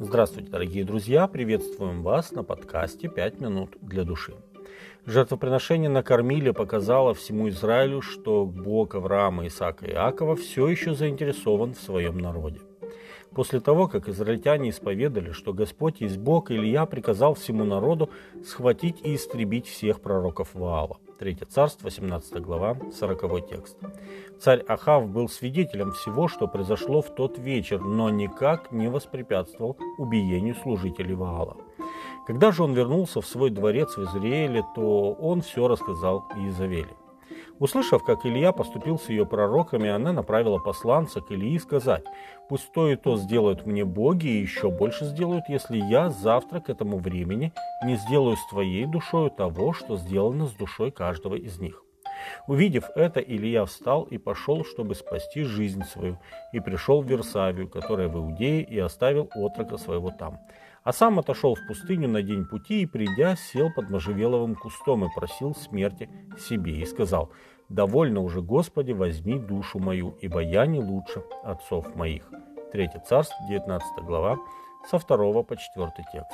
Здравствуйте, дорогие друзья! Приветствуем вас на подкасте «5 минут для души». Жертвоприношение на Кормиле показало всему Израилю, что Бог Авраама, Исаака и Иакова все еще заинтересован в своем народе. После того, как израильтяне исповедали, что Господь есть Бог, Илья приказал всему народу схватить и истребить всех пророков Ваала. 3 Царств, 18 глава, 40 текст. Царь Ахав был свидетелем всего, что произошло в тот вечер, но никак не воспрепятствовал убиению служителей Ваала. Когда же он вернулся в свой дворец в Израиле, то он все рассказал Иезавели. Услышав, как Илья поступил с ее пророками, она направила посланца к Илии сказать: «Пусть то и то сделают мне боги, и еще больше сделают, если я завтра к этому времени не сделаю с твоей душою того, что сделано с душой каждого из них». Увидев это, Илья встал и пошел, чтобы спасти жизнь свою, и пришел в Вирсавию, которая в Иудее, и оставил отрока своего там. А сам отошел в пустыню на день пути и, придя, сел под можжевеловым кустом и просил смерти себе, и сказал: «Довольно уже, Господи, возьми душу мою, ибо я не лучше отцов моих». 3 Царств, 19 глава, со 2 по 4 текст.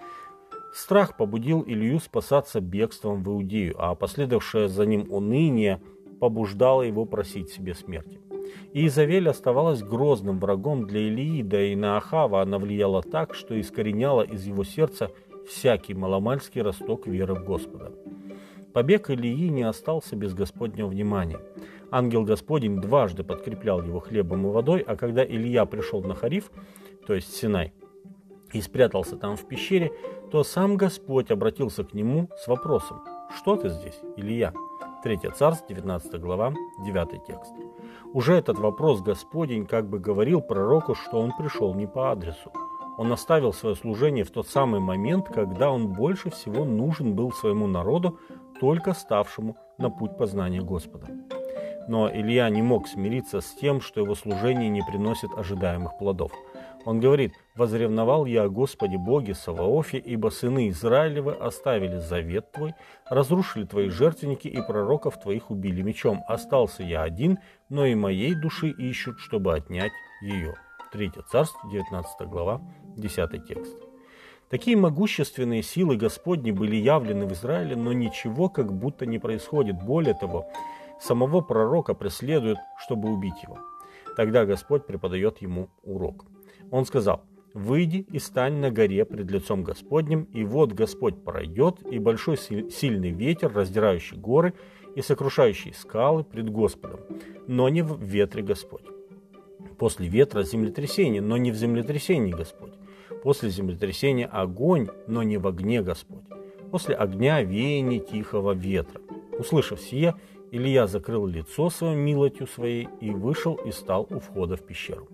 Страх побудил Илью спасаться бегством в Иудею, а последовавшее за ним уныние побуждало его просить себе смерти. Иезавель оставалась грозным врагом для Илии, да и на Ахава она влияла так, что искореняла из его сердца всякий маломальский росток веры в Господа. Побег Илии не остался без Господнего внимания. Ангел Господень дважды подкреплял его хлебом и водой, а когда Илья пришел на Хариф, то есть Синай, и спрятался там в пещере, то сам Господь обратился к нему с вопросом: «Что ты здесь, Илья?» 3 Царств, 19 глава, 9 текст. Уже этот вопрос Господень как бы говорил пророку, что он пришел не по адресу. Он оставил свое служение в тот самый момент, когда он больше всего нужен был своему народу, только ставшему на путь познания Господа. Но Илья не мог смириться с тем, что его служение не приносит ожидаемых плодов. Он говорит: «Возревновал я о Господе Боге Саваофе, ибо сыны Израилевы оставили завет твой, разрушили твои жертвенники и пророков твоих убили мечом. Остался я один, но и моей души ищут, чтобы отнять ее». 3 Царств, 19 глава, 10 текст. Такие могущественные силы Господни были явлены в Израиле, но ничего как будто не происходит. Более того, самого пророка преследуют, чтобы убить его. Тогда Господь преподает ему урок. Он сказал: «Выйди и стань на горе пред лицом Господним, и вот Господь пройдет, и большой сильный ветер, раздирающий горы и сокрушающий скалы пред Господом, но не в ветре Господь. После ветра землетрясение, но не в землетрясении Господь. После землетрясения огонь, но не в огне Господь. После огня веяние тихого ветра». Услышав сие, Илья закрыл лицо свое милостью своей и вышел и стал у входа в пещеру.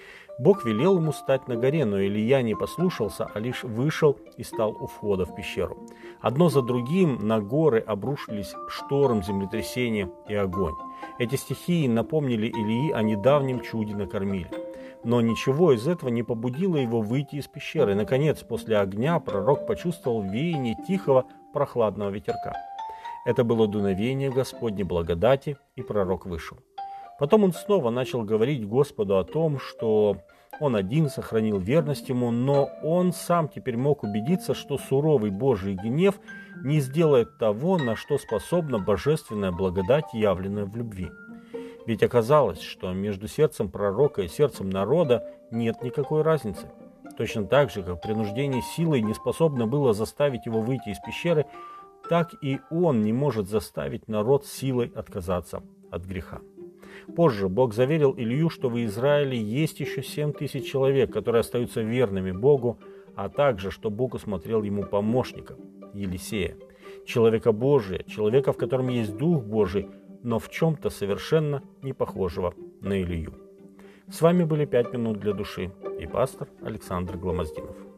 Бог велел ему стать на горе, но Илья не послушался, а лишь вышел и стал у входа в пещеру. Одно за другим на горы обрушились шторм, землетрясение и огонь. Эти стихии напомнили Илии о недавнем чуде на Кормиле. Но ничего из этого не побудило его выйти из пещеры. Наконец, после огня пророк почувствовал веяние тихого прохладного ветерка. Это было дуновение Господней благодати, и пророк вышел. Потом он снова начал говорить Господу о том, что он один сохранил верность ему, но он сам теперь мог убедиться, что суровый Божий гнев не сделает того, на что способна божественная благодать, явленная в любви. Ведь оказалось, что между сердцем пророка и сердцем народа нет никакой разницы. Точно так же, как принуждение силой не способно было заставить его выйти из пещеры, так и он не может заставить народ силой отказаться от греха. Позже Бог заверил Илью, что в Израиле есть еще 7000 человек, которые остаются верными Богу, а также, что Бог усмотрел ему помощника, Елисея, человека Божия, человека, в котором есть Дух Божий, но в чем-то совершенно не похожего на Илью. С вами были 5 минут для души и пастор Александр Гломоздинов.